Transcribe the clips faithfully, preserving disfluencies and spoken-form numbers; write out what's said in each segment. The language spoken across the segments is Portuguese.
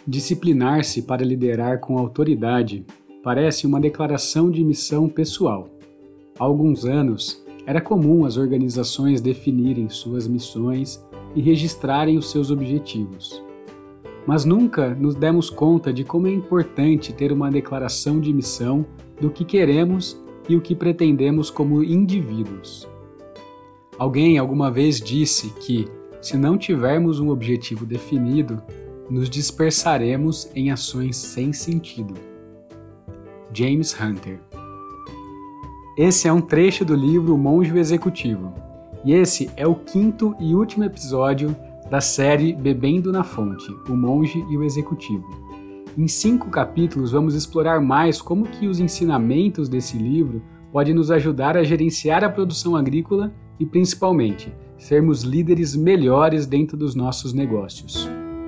Disciplinar-se para liderar com autoridade parece uma declaração de missão pessoal. Há alguns anos, era comum as organizações definirem suas missões e registrarem os seus objetivos. Mas nunca nos demos conta de como é importante ter uma declaração de missão do que queremos e o que pretendemos como indivíduos. Alguém alguma vez disse que, se não tivermos um objetivo definido, nos dispersaremos em ações sem sentido. James Hunter. Esse é um trecho do livro O Monge e o Executivo, e esse é o quinto e último episódio da série Bebendo na Fonte, O Monge e o Executivo. Em cinco capítulos vamos explorar mais como que os ensinamentos desse livro podem nos ajudar a gerenciar a produção agrícola e, principalmente, sermos líderes melhores dentro dos nossos negócios.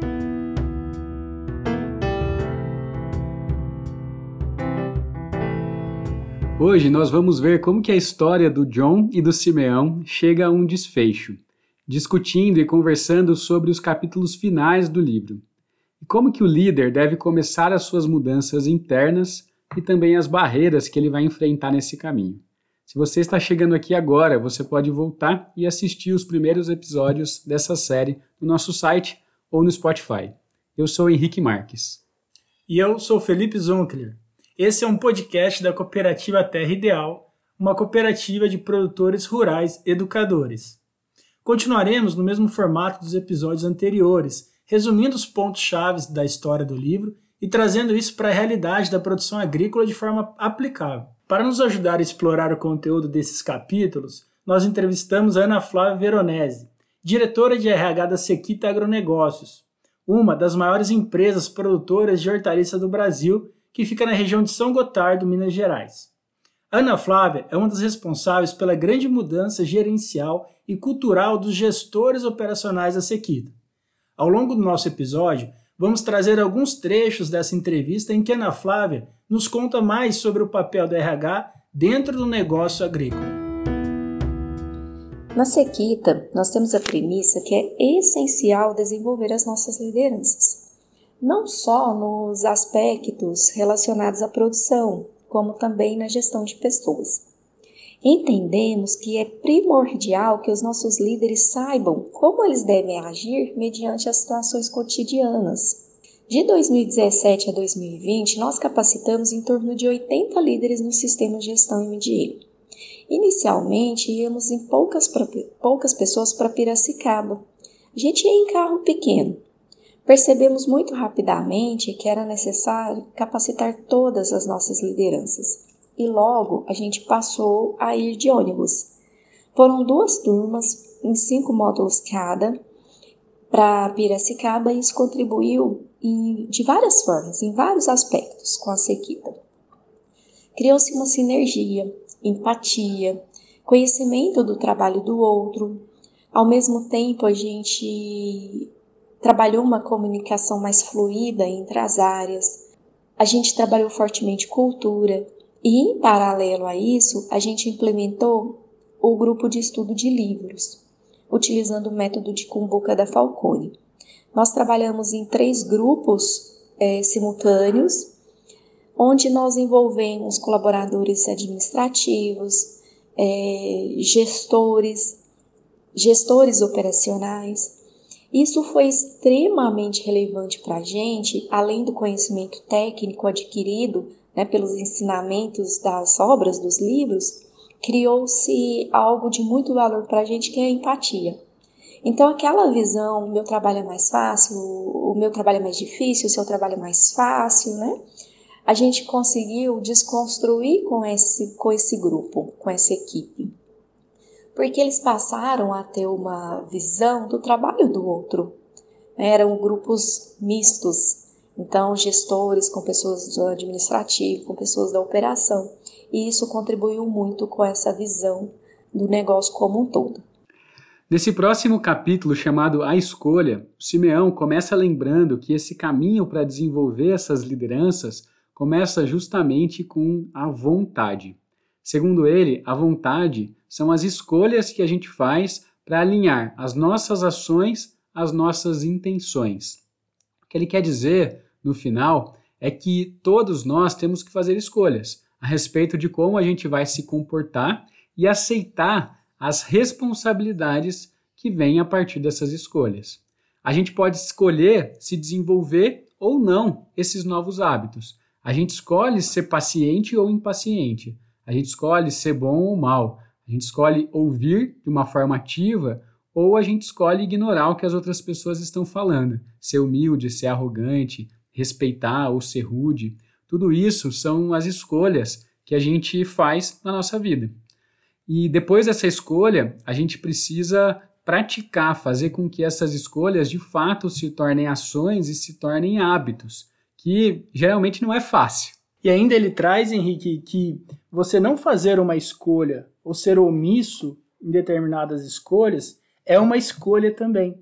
Hoje nós vamos ver como que a história do John e do Simeão chega a um desfecho, discutindo e conversando sobre os capítulos finais do livro, e como que o líder deve começar as suas mudanças internas e também as barreiras que ele vai enfrentar nesse caminho. Se você está chegando aqui agora, você pode voltar e assistir os primeiros episódios dessa série no nosso site ou no Spotify. Eu sou Henrique Marques. E eu sou Felipe Zonkler. Esse é um podcast da Cooperativa Terra Ideal, uma cooperativa de produtores rurais educadores. Continuaremos no mesmo formato dos episódios anteriores, resumindo os pontos-chave da história do livro e trazendo isso para a realidade da produção agrícola de forma aplicável. Para nos ajudar a explorar o conteúdo desses capítulos, nós entrevistamos a Ana Flávia Veronese, diretora de R H da Sequita Agronegócios, uma das maiores empresas produtoras de hortaliças do Brasil, que fica na região de São Gotardo, Minas Gerais. Ana Flávia é uma das responsáveis pela grande mudança gerencial e cultural dos gestores operacionais da Sequita. Ao longo do nosso episódio, vamos trazer alguns trechos dessa entrevista em que Ana Flávia nos conta mais sobre o papel do R H dentro do negócio agrícola. Na Sequita, nós temos a premissa que é essencial desenvolver as nossas lideranças. Não só nos aspectos relacionados à produção, como também na gestão de pessoas. Entendemos que é primordial que os nossos líderes saibam como eles devem agir mediante as situações cotidianas. De dois mil e dezessete a dois mil e vinte, nós capacitamos em torno de oitenta líderes no sistema de gestão M D I. Inicialmente, íamos em poucas, poucas pessoas para Piracicaba. A gente ia em carro pequeno. Percebemos muito rapidamente que era necessário capacitar todas as nossas lideranças e logo a gente passou a ir de ônibus. Foram duas turmas em cinco módulos cada para Piracicaba e isso contribuiu em, de várias formas, em vários aspectos com a Sequita. Criou-se uma sinergia, empatia, conhecimento do trabalho do outro. Ao mesmo tempo a gente trabalhou uma comunicação mais fluida entre as áreas, a gente trabalhou fortemente cultura e, em paralelo a isso, a gente implementou o grupo de estudo de livros, utilizando o método de Cumbuca da Falcone. Nós trabalhamos em três grupos é, simultâneos, onde nós envolvemos colaboradores administrativos, é, gestores, gestores operacionais. Isso foi extremamente relevante para a gente, além do conhecimento técnico adquirido, né, pelos ensinamentos das obras, dos livros, criou-se algo de muito valor para a gente, que é a empatia. Então, aquela visão, o meu trabalho é mais fácil, o meu trabalho é mais difícil, o seu trabalho é mais fácil, né? A gente conseguiu desconstruir com esse, com esse grupo, com essa equipe. Porque eles passaram a ter uma visão do trabalho do outro. Eram grupos mistos, então gestores com pessoas do administrativo, com pessoas da operação, e isso contribuiu muito com essa visão do negócio como um todo. Nesse próximo capítulo, chamado A Escolha, o Simeão começa lembrando que esse caminho para desenvolver essas lideranças começa justamente com a vontade. Segundo ele, a vontade são as escolhas que a gente faz para alinhar as nossas ações às nossas intenções. O que ele quer dizer no final é que todos nós temos que fazer escolhas a respeito de como a gente vai se comportar e aceitar as responsabilidades que vêm a partir dessas escolhas. A gente pode escolher se desenvolver ou não esses novos hábitos. A gente escolhe ser paciente ou impaciente. A gente escolhe ser bom ou mal. A gente escolhe ouvir de uma forma ativa ou a gente escolhe ignorar o que as outras pessoas estão falando. Ser humilde, ser arrogante, respeitar ou ser rude. Tudo isso são as escolhas que a gente faz na nossa vida. E depois dessa escolha, a gente precisa praticar, fazer com que essas escolhas de fato se tornem ações e se tornem hábitos, que geralmente não é fácil. E ainda ele traz, Henrique, que você não fazer uma escolha ou ser omisso em determinadas escolhas é uma escolha também.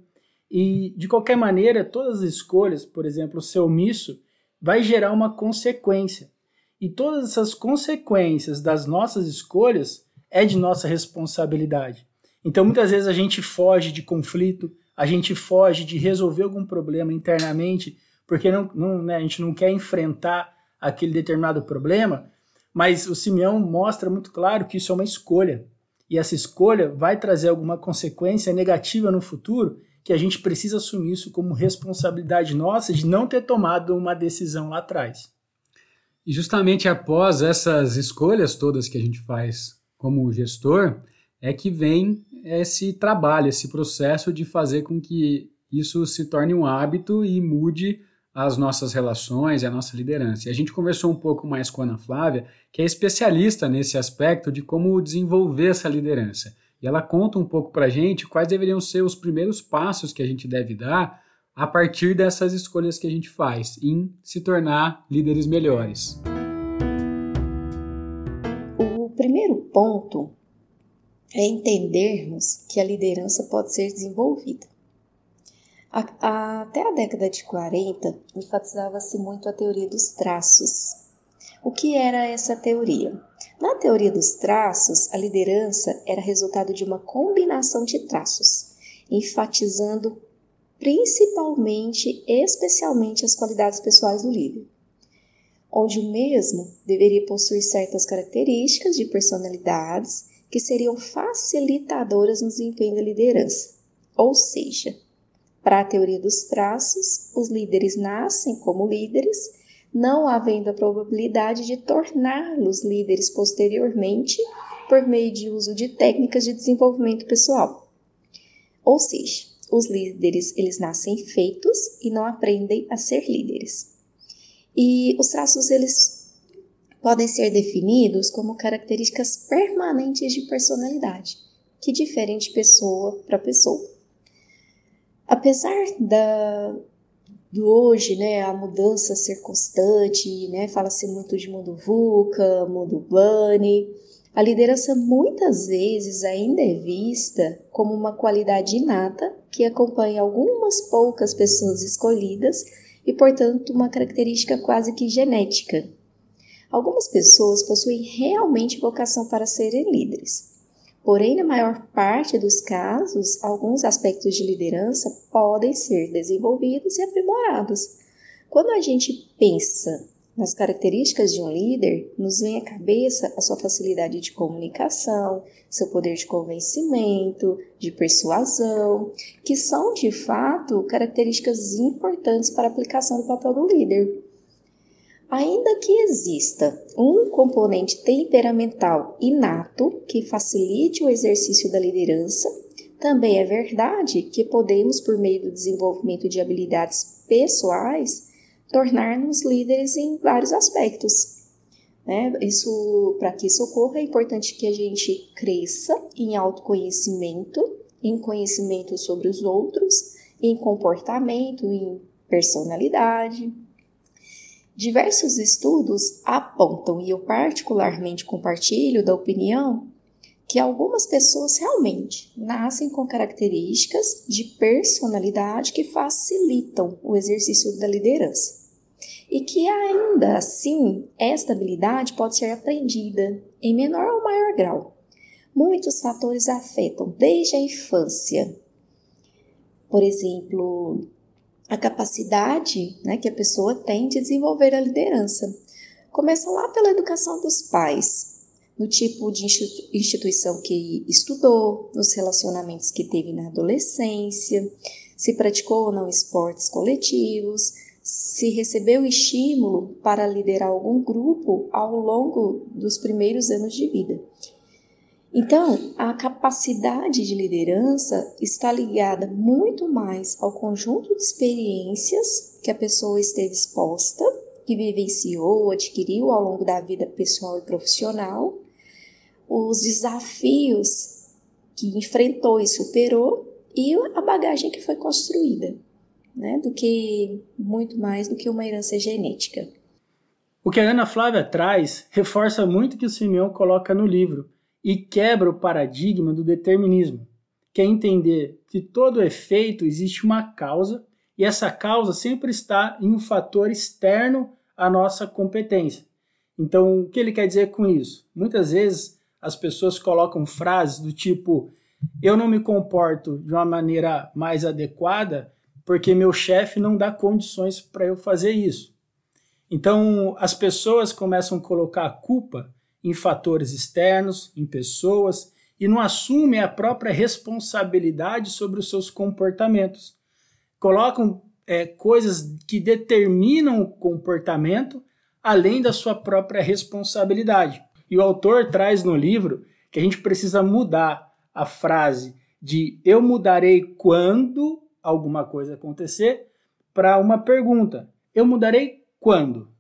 E, de qualquer maneira, todas as escolhas, por exemplo, ser omisso, vai gerar uma consequência. E todas essas consequências das nossas escolhas é de nossa responsabilidade. Então, muitas vezes a gente foge de conflito, a gente foge de resolver algum problema internamente, porque não, não, né, a gente não quer enfrentar aquele determinado problema, mas o Simeão mostra muito claro que isso é uma escolha. E essa escolha vai trazer alguma consequência negativa no futuro, que a gente precisa assumir isso como responsabilidade nossa de não ter tomado uma decisão lá atrás. E justamente após essas escolhas todas que a gente faz como gestor, é que vem esse trabalho, esse processo de fazer com que isso se torne um hábito e mude as nossas relações e a nossa liderança. E a gente conversou um pouco mais com a Ana Flávia, que é especialista nesse aspecto de como desenvolver essa liderança. E ela conta um pouco para a gente quais deveriam ser os primeiros passos que a gente deve dar a partir dessas escolhas que a gente faz em se tornar líderes melhores. O primeiro ponto é entendermos que a liderança pode ser desenvolvida. A, a, até a década de quarenta, enfatizava-se muito a teoria dos traços. O que era essa teoria? Na teoria dos traços, a liderança era resultado de uma combinação de traços, enfatizando principalmente, especialmente as qualidades pessoais do líder, onde o mesmo deveria possuir certas características de personalidades que seriam facilitadoras no desempenho da liderança. Ou seja, para a teoria dos traços, os líderes nascem como líderes, não havendo a probabilidade de torná-los líderes posteriormente por meio de uso de técnicas de desenvolvimento pessoal. Ou seja, os líderes eles nascem feitos e não aprendem a ser líderes. E os traços eles podem ser definidos como características permanentes de personalidade, que diferem de pessoa para pessoa. Apesar da, do hoje, né, a mudança ser constante, né, fala-se muito de mundo VUCA, mundo BUNNY, a liderança muitas vezes ainda é vista como uma qualidade inata que acompanha algumas poucas pessoas escolhidas e, portanto, uma característica quase que genética. Algumas pessoas possuem realmente vocação para serem líderes. Porém, na maior parte dos casos, alguns aspectos de liderança podem ser desenvolvidos e aprimorados. Quando a gente pensa nas características de um líder, nos vem à cabeça a sua facilidade de comunicação, seu poder de convencimento, de persuasão, que são, de fato, características importantes para a aplicação do papel do líder. Ainda que exista um componente temperamental inato que facilite o exercício da liderança, também é verdade que podemos, por meio do desenvolvimento de habilidades pessoais, tornar-nos líderes em vários aspectos. Né? Isso, para que isso ocorra, é importante que a gente cresça em autoconhecimento, em conhecimento sobre os outros, em comportamento, em personalidade. Diversos estudos apontam, e eu particularmente compartilho da opinião, que algumas pessoas realmente nascem com características de personalidade que facilitam o exercício da liderança. E que ainda assim, esta habilidade pode ser aprendida em menor ou maior grau. Muitos fatores afetam desde a infância. Por exemplo, a capacidade, né, que a pessoa tem de desenvolver a liderança. Começa lá pela educação dos pais, no tipo de instituição que estudou, nos relacionamentos que teve na adolescência, se praticou ou não esportes coletivos, se recebeu estímulo para liderar algum grupo ao longo dos primeiros anos de vida. Então, a capacidade de liderança está ligada muito mais ao conjunto de experiências que a pessoa esteve exposta, que vivenciou, adquiriu ao longo da vida pessoal e profissional, os desafios que enfrentou e superou e a bagagem que foi construída, né, do que muito mais do que uma herança genética. O que a Ana Flávia traz reforça muito o que o Simeão coloca no livro e quebra o paradigma do determinismo, que é entender que todo efeito existe uma causa e essa causa sempre está em um fator externo à nossa competência. Então, o que ele quer dizer com isso? Muitas vezes as pessoas colocam frases do tipo: eu não me comporto de uma maneira mais adequada porque meu chefe não dá condições para eu fazer isso. Então, as pessoas começam a colocar a culpa em fatores externos, em pessoas, e não assumem a própria responsabilidade sobre os seus comportamentos. Colocam é, coisas que determinam o comportamento além da sua própria responsabilidade. E o autor traz no livro que a gente precisa mudar a frase de eu mudarei quando alguma coisa acontecer para uma pergunta: eu mudarei quando?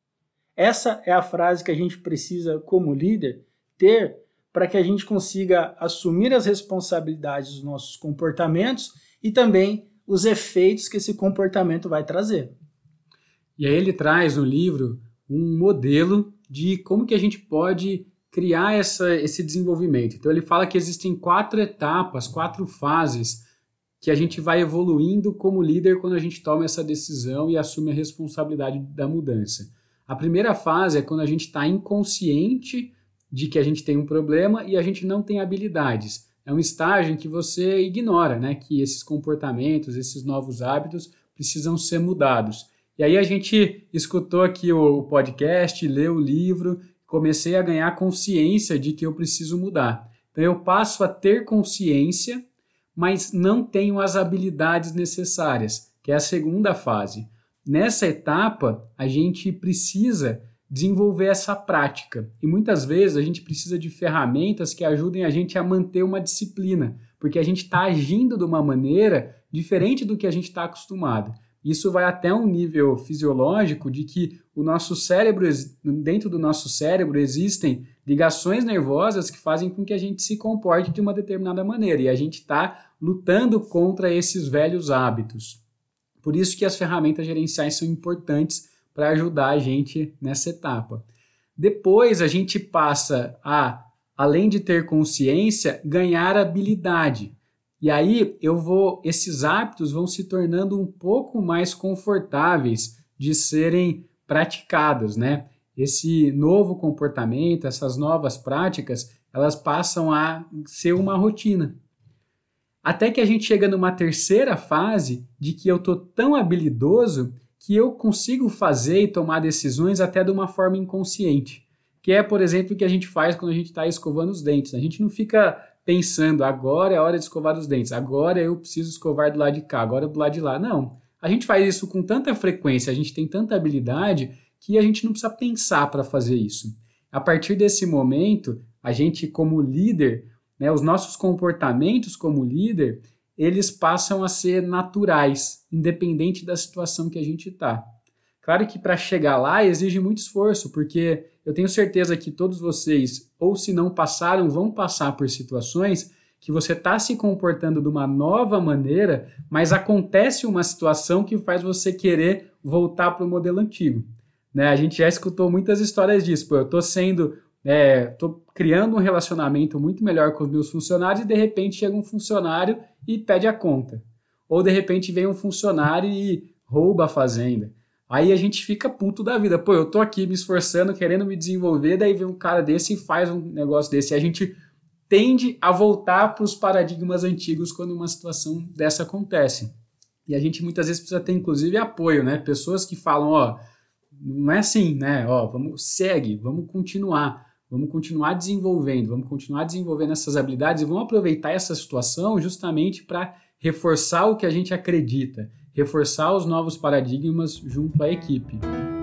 Essa é a frase que a gente precisa, como líder, ter para que a gente consiga assumir as responsabilidades dos nossos comportamentos e também os efeitos que esse comportamento vai trazer. E aí ele traz no livro um modelo de como que a gente pode criar essa, esse desenvolvimento. Então ele fala que existem quatro etapas, quatro fases que a gente vai evoluindo como líder quando a gente toma essa decisão e assume a responsabilidade da mudança. A primeira fase é quando a gente está inconsciente de que a gente tem um problema e a gente não tem habilidades. É um estágio em que você ignora, né, que esses comportamentos, esses novos hábitos precisam ser mudados. E aí a gente escutou aqui o podcast, leu o livro, comecei a ganhar consciência de que eu preciso mudar. Então eu passo a ter consciência, mas não tenho as habilidades necessárias, que é a segunda fase. Nessa etapa, a gente precisa desenvolver essa prática. E muitas vezes a gente precisa de ferramentas que ajudem a gente a manter uma disciplina, porque a gente está agindo de uma maneira diferente do que a gente está acostumado. Isso vai até um nível fisiológico de que o nosso cérebro, dentro do nosso cérebro existem ligações nervosas que fazem com que a gente se comporte de uma determinada maneira e a gente está lutando contra esses velhos hábitos. Por isso que as ferramentas gerenciais são importantes para ajudar a gente nessa etapa. Depois a gente passa a, além de ter consciência, ganhar habilidade. E aí eu vou, esses hábitos vão se tornando um pouco mais confortáveis de serem praticados, né? Esse novo comportamento, essas novas práticas, elas passam a ser uma rotina. Até que a gente chega numa terceira fase de que eu estou tão habilidoso que eu consigo fazer e tomar decisões até de uma forma inconsciente. Que é, por exemplo, o que a gente faz quando a gente está escovando os dentes. A gente não fica pensando, agora é a hora de escovar os dentes, agora eu preciso escovar do lado de cá, agora do lado de lá. Não. A gente faz isso com tanta frequência, a gente tem tanta habilidade que a gente não precisa pensar para fazer isso. A partir desse momento, a gente como líder, né, os nossos comportamentos como líder, eles passam a ser naturais, independente da situação que a gente está. Claro que para chegar lá exige muito esforço, porque eu tenho certeza que todos vocês, ou se não passaram, vão passar por situações que você está se comportando de uma nova maneira, mas acontece uma situação que faz você querer voltar para o modelo antigo. Né? A gente já escutou muitas histórias disso. Pô, eu estou sendo... Estou é, criando um relacionamento muito melhor com os meus funcionários e de repente chega um funcionário e pede a conta. Ou de repente vem um funcionário e rouba a fazenda. Aí a gente fica puto da vida. Pô, eu tô aqui me esforçando, querendo me desenvolver, daí vem um cara desse e faz um negócio desse. E a gente tende a voltar para os paradigmas antigos quando uma situação dessa acontece. E a gente muitas vezes precisa ter, inclusive, apoio, né? Pessoas que falam, ó, não é assim, né? Ó, vamos, segue, vamos continuar, vamos continuar desenvolvendo, vamos continuar desenvolvendo essas habilidades e vamos aproveitar essa situação justamente para reforçar o que a gente acredita, reforçar os novos paradigmas junto à equipe.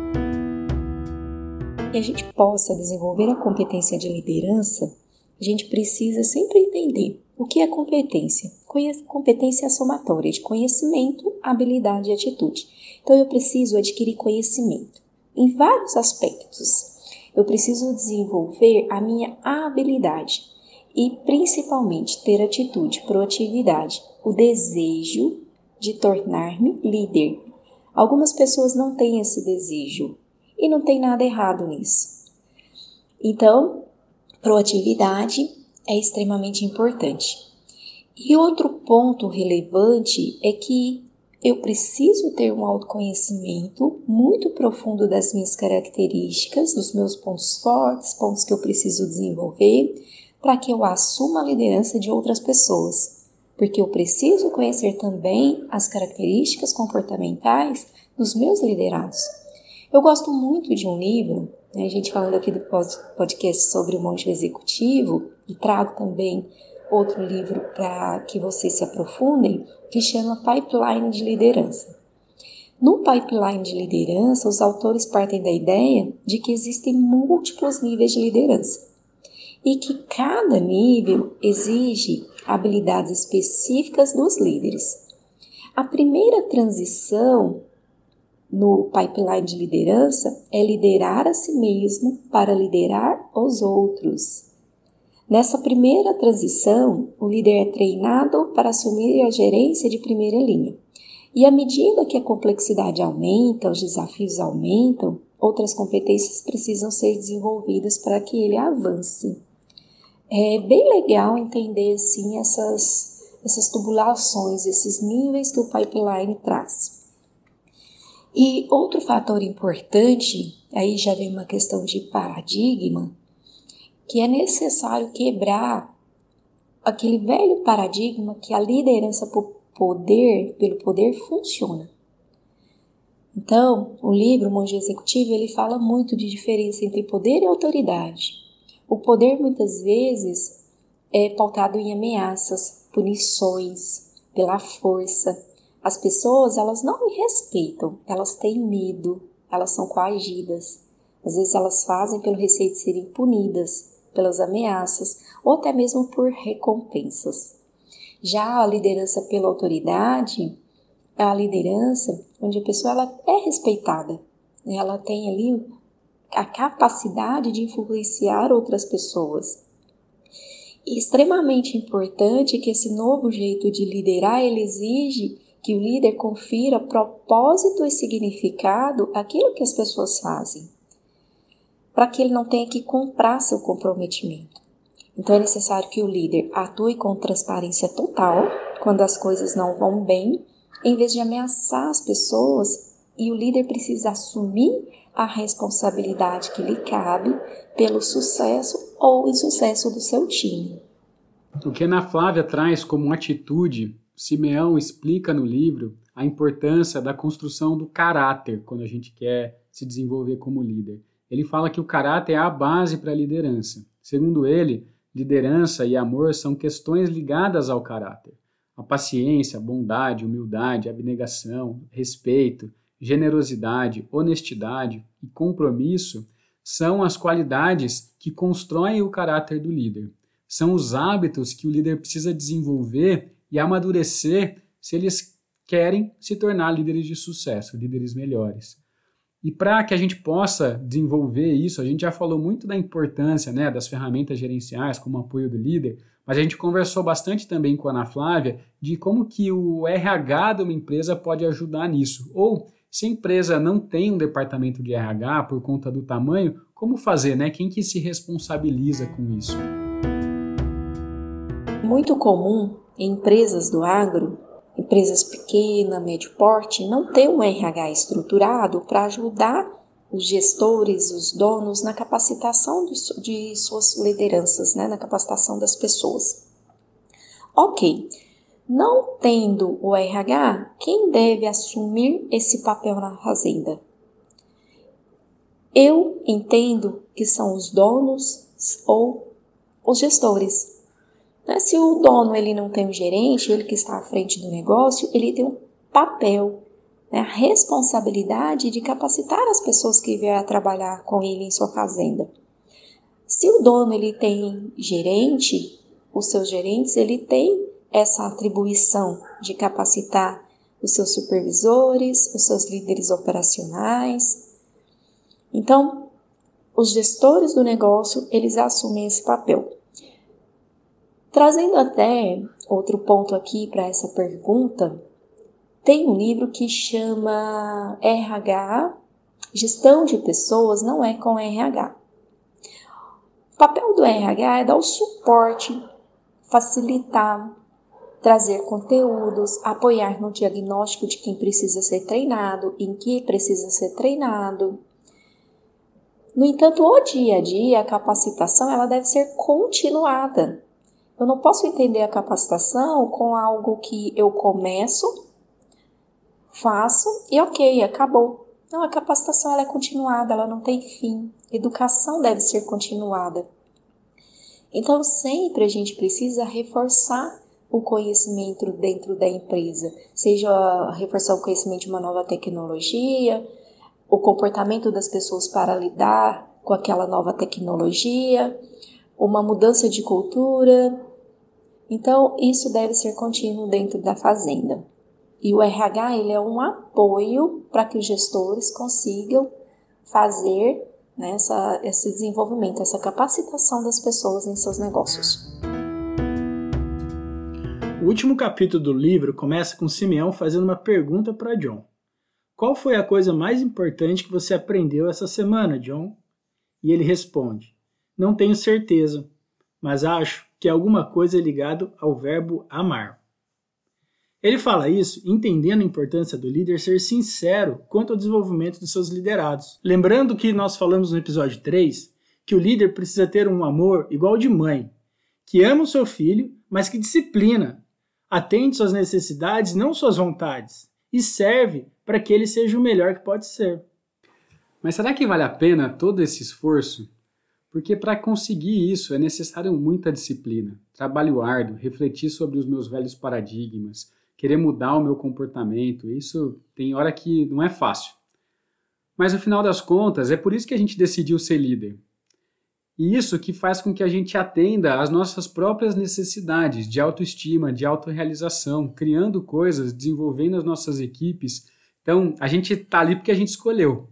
Que a gente possa desenvolver a competência de liderança, a gente precisa sempre entender o que é competência. Competência é a somatória de conhecimento, habilidade e atitude. Então, eu preciso adquirir conhecimento em vários aspectos. Eu preciso desenvolver a minha habilidade e, principalmente, ter atitude, proatividade, o desejo de tornar-me líder. Algumas pessoas não têm esse desejo e não tem nada errado nisso. Então, proatividade é extremamente importante. E outro ponto relevante é que eu preciso ter um autoconhecimento muito profundo das minhas características, dos meus pontos fortes, pontos que eu preciso desenvolver, para que eu assuma a liderança de outras pessoas. Porque eu preciso conhecer também as características comportamentais dos meus liderados. Eu gosto muito de um livro, né, a gente falando aqui do podcast sobre o motivo executivo, e trago também outro livro para que vocês se aprofundem, que chama Pipeline de Liderança. No Pipeline de Liderança, os autores partem da ideia de que existem múltiplos níveis de liderança e que cada nível exige habilidades específicas dos líderes. A primeira transição no pipeline de liderança é liderar a si mesmo para liderar os outros. Nessa primeira transição, o líder é treinado para assumir a gerência de primeira linha. E à medida que a complexidade aumenta, os desafios aumentam, outras competências precisam ser desenvolvidas para que ele avance. É bem legal entender assim, essas, essas tubulações, esses níveis que o pipeline traz. E outro fator importante, aí já vem uma questão de paradigma, que é necessário quebrar aquele velho paradigma que a liderança por poder, pelo poder funciona. Então, o livro, o Monge Executivo, ele fala muito de diferença entre poder e autoridade. O poder, muitas vezes, é pautado em ameaças, punições, pela força. As pessoas, elas não me respeitam, elas têm medo, elas são coagidas. Às vezes elas fazem pelo receio de serem punidas, pelas ameaças, ou até mesmo por recompensas. Já a liderança pela autoridade, é a liderança onde a pessoa ela é respeitada, ela tem ali a capacidade de influenciar outras pessoas. E extremamente importante que esse novo jeito de liderar, ele exige que o líder confira propósito e significado àquilo que as pessoas fazem, para que ele não tenha que comprar seu comprometimento. Então é necessário que o líder atue com transparência total quando as coisas não vão bem, em vez de ameaçar as pessoas, e o líder precisa assumir a responsabilidade que lhe cabe pelo sucesso ou insucesso do seu time. O que a Ana Flávia traz como atitude, Simeão explica no livro a importância da construção do caráter quando a gente quer se desenvolver como líder. Ele fala que o caráter é a base para a liderança. Segundo ele, liderança e amor são questões ligadas ao caráter. A paciência, bondade, humildade, abnegação, respeito, generosidade, honestidade e compromisso são as qualidades que constroem o caráter do líder. São os hábitos que o líder precisa desenvolver e amadurecer se eles querem se tornar líderes de sucesso, líderes melhores. E para que a gente possa desenvolver isso, a gente já falou muito da importância, né, das ferramentas gerenciais como apoio do líder, mas a gente conversou bastante também com a Ana Flávia de como que o R H de uma empresa pode ajudar nisso. Ou, se a empresa não tem um departamento de R H por conta do tamanho, como fazer, né? Quem que se responsabiliza com isso? Muito comum em empresas do agro, empresas pequenas, médio porte, não ter um R H estruturado para ajudar os gestores, os donos na capacitação de, de suas lideranças, né, na capacitação das pessoas. Ok, Não tendo o R H, quem deve assumir esse papel na fazenda? Eu entendo que são os donos ou os gestores. Se o dono ele não tem um gerente, ele que está à frente do negócio, ele tem um papel, né, a responsabilidade de capacitar as pessoas que vierem trabalhar com ele em sua fazenda. Se o dono ele tem gerente, os seus gerentes ele tem essa atribuição de capacitar os seus supervisores, os seus líderes operacionais. Então, os gestores do negócio, eles assumem esse papel. Trazendo até outro ponto aqui para essa pergunta, tem um livro que chama R H, Gestão de Pessoas Não é com R H. O papel do R H é dar o suporte, facilitar, trazer conteúdos, apoiar no diagnóstico de quem precisa ser treinado, em que precisa ser treinado. No entanto, o dia a dia, a capacitação, ela deve ser continuada. Eu não posso entender a capacitação com algo que eu começo, faço e ok, acabou. Não, a capacitação ela é continuada, ela não tem fim. Educação deve ser continuada. Então, sempre a gente precisa reforçar o conhecimento dentro da empresa, seja reforçar o conhecimento de uma nova tecnologia, o comportamento das pessoas para lidar com aquela nova tecnologia, uma mudança de cultura. Então, isso deve ser contínuo dentro da fazenda. E o R H ele é um apoio para que os gestores consigam fazer, né, essa, esse desenvolvimento, essa capacitação das pessoas em seus negócios. O último capítulo do livro começa com Simeão fazendo uma pergunta para John. Qual foi a coisa mais importante que você aprendeu essa semana, John? E ele responde, não tenho certeza, mas acho que é alguma coisa ligada ao verbo amar. Ele fala isso entendendo a importância do líder ser sincero quanto ao desenvolvimento dos seus liderados. Lembrando que nós falamos no episódio três que o líder precisa ter um amor igual de mãe, que ama o seu filho, mas que disciplina, atende suas necessidades, não suas vontades, e serve para que ele seja o melhor que pode ser. Mas será que vale a pena todo esse esforço? Porque para conseguir isso é necessário muita disciplina, trabalho árduo, refletir sobre os meus velhos paradigmas, querer mudar o meu comportamento. Isso tem hora que não é fácil. Mas no final das contas, é por isso que a gente decidiu ser líder. E isso que faz com que a gente atenda às nossas próprias necessidades de autoestima, de autorrealização, criando coisas, desenvolvendo as nossas equipes. Então, a gente está ali porque a gente escolheu.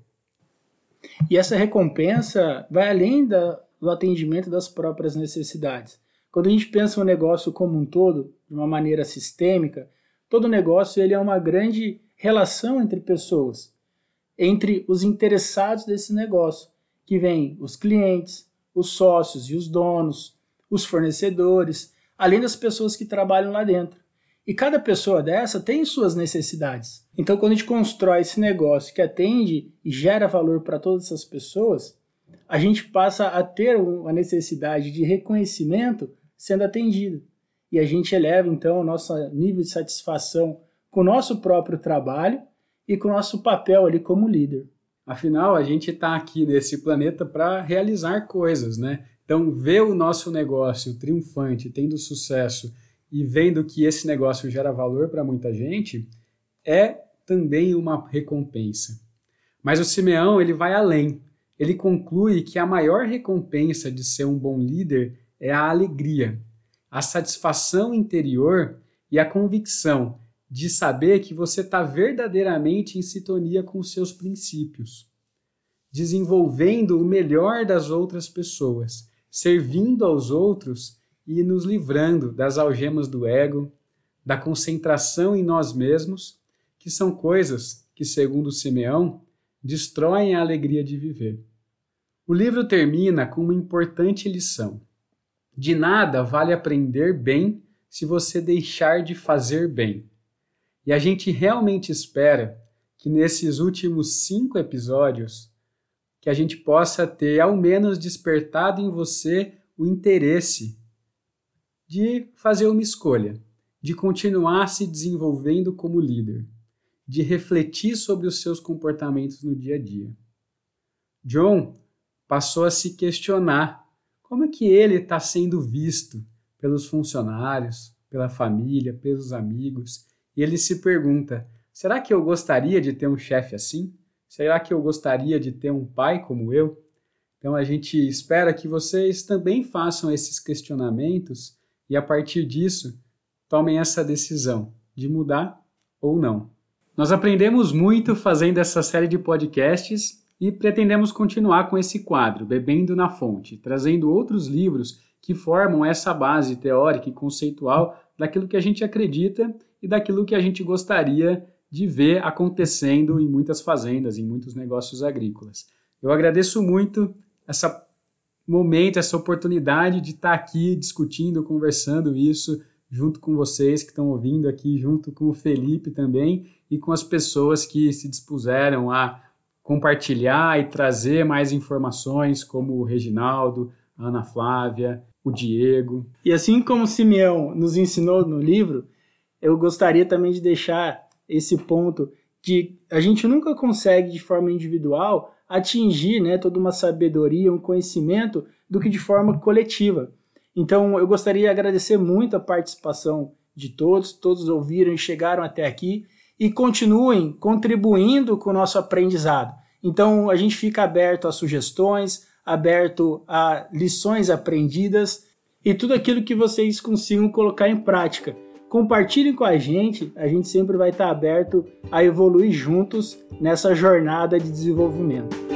E essa recompensa vai além da, do atendimento das próprias necessidades. Quando a gente pensa no negócio como um todo, de uma maneira sistêmica, todo negócio ele é uma grande relação entre pessoas, entre os interessados desse negócio, que vêm os clientes, os sócios e os donos, os fornecedores, além das pessoas que trabalham lá dentro. E cada pessoa dessa tem suas necessidades. Então, quando a gente constrói esse negócio que atende e gera valor para todas essas pessoas, a gente passa a ter uma necessidade de reconhecimento sendo atendido. E a gente eleva, então, o nosso nível de satisfação com o nosso próprio trabalho e com o nosso papel ali como líder. Afinal, a gente está aqui nesse planeta para realizar coisas, né? Então, ver o nosso negócio triunfante, tendo sucesso e vendo que esse negócio gera valor para muita gente, é também uma recompensa. Mas o Simeão, ele vai além. Ele conclui que a maior recompensa de ser um bom líder é a alegria, a satisfação interior e a convicção de saber que você está verdadeiramente em sintonia com os seus princípios, desenvolvendo o melhor das outras pessoas, servindo aos outros e nos livrando das algemas do ego, da concentração em nós mesmos, que são coisas que, segundo Simeão, destroem a alegria de viver. O livro termina com uma importante lição. De nada vale aprender bem se você deixar de fazer bem. E a gente realmente espera que nesses últimos cinco episódios que a gente possa ter ao menos despertado em você o interesse de fazer uma escolha, de continuar se desenvolvendo como líder, de refletir sobre os seus comportamentos no dia a dia. John passou a se questionar como é que ele está sendo visto pelos funcionários, pela família, pelos amigos, e ele se pergunta, será que eu gostaria de ter um chefe assim? Será que eu gostaria de ter um pai como eu? Então a gente espera que vocês também façam esses questionamentos e a partir disso tomem essa decisão de mudar ou não. Nós aprendemos muito fazendo essa série de podcasts e pretendemos continuar com esse quadro, Bebendo na Fonte, trazendo outros livros que formam essa base teórica e conceitual daquilo que a gente acredita e daquilo que a gente gostaria de ver acontecendo em muitas fazendas, em muitos negócios agrícolas. Eu agradeço muito esse momento, essa oportunidade de estar aqui discutindo, conversando isso junto com vocês que estão ouvindo aqui, junto com o Felipe também e com as pessoas que se dispuseram a compartilhar e trazer mais informações, como o Reginaldo, a Ana Flávia, o Diego. E assim como o Simeão nos ensinou no livro, eu gostaria também de deixar esse ponto de a gente nunca consegue de forma individual atingir, né, toda uma sabedoria, um conhecimento do que de forma coletiva. Então eu gostaria de agradecer muito a participação de todos, todos ouviram e chegaram até aqui e continuem contribuindo com o nosso aprendizado. Então a gente fica aberto a sugestões, aberto a lições aprendidas e tudo aquilo que vocês consigam colocar em prática. Compartilhem com a gente, a gente sempre vai estar aberto a evoluir juntos nessa jornada de desenvolvimento.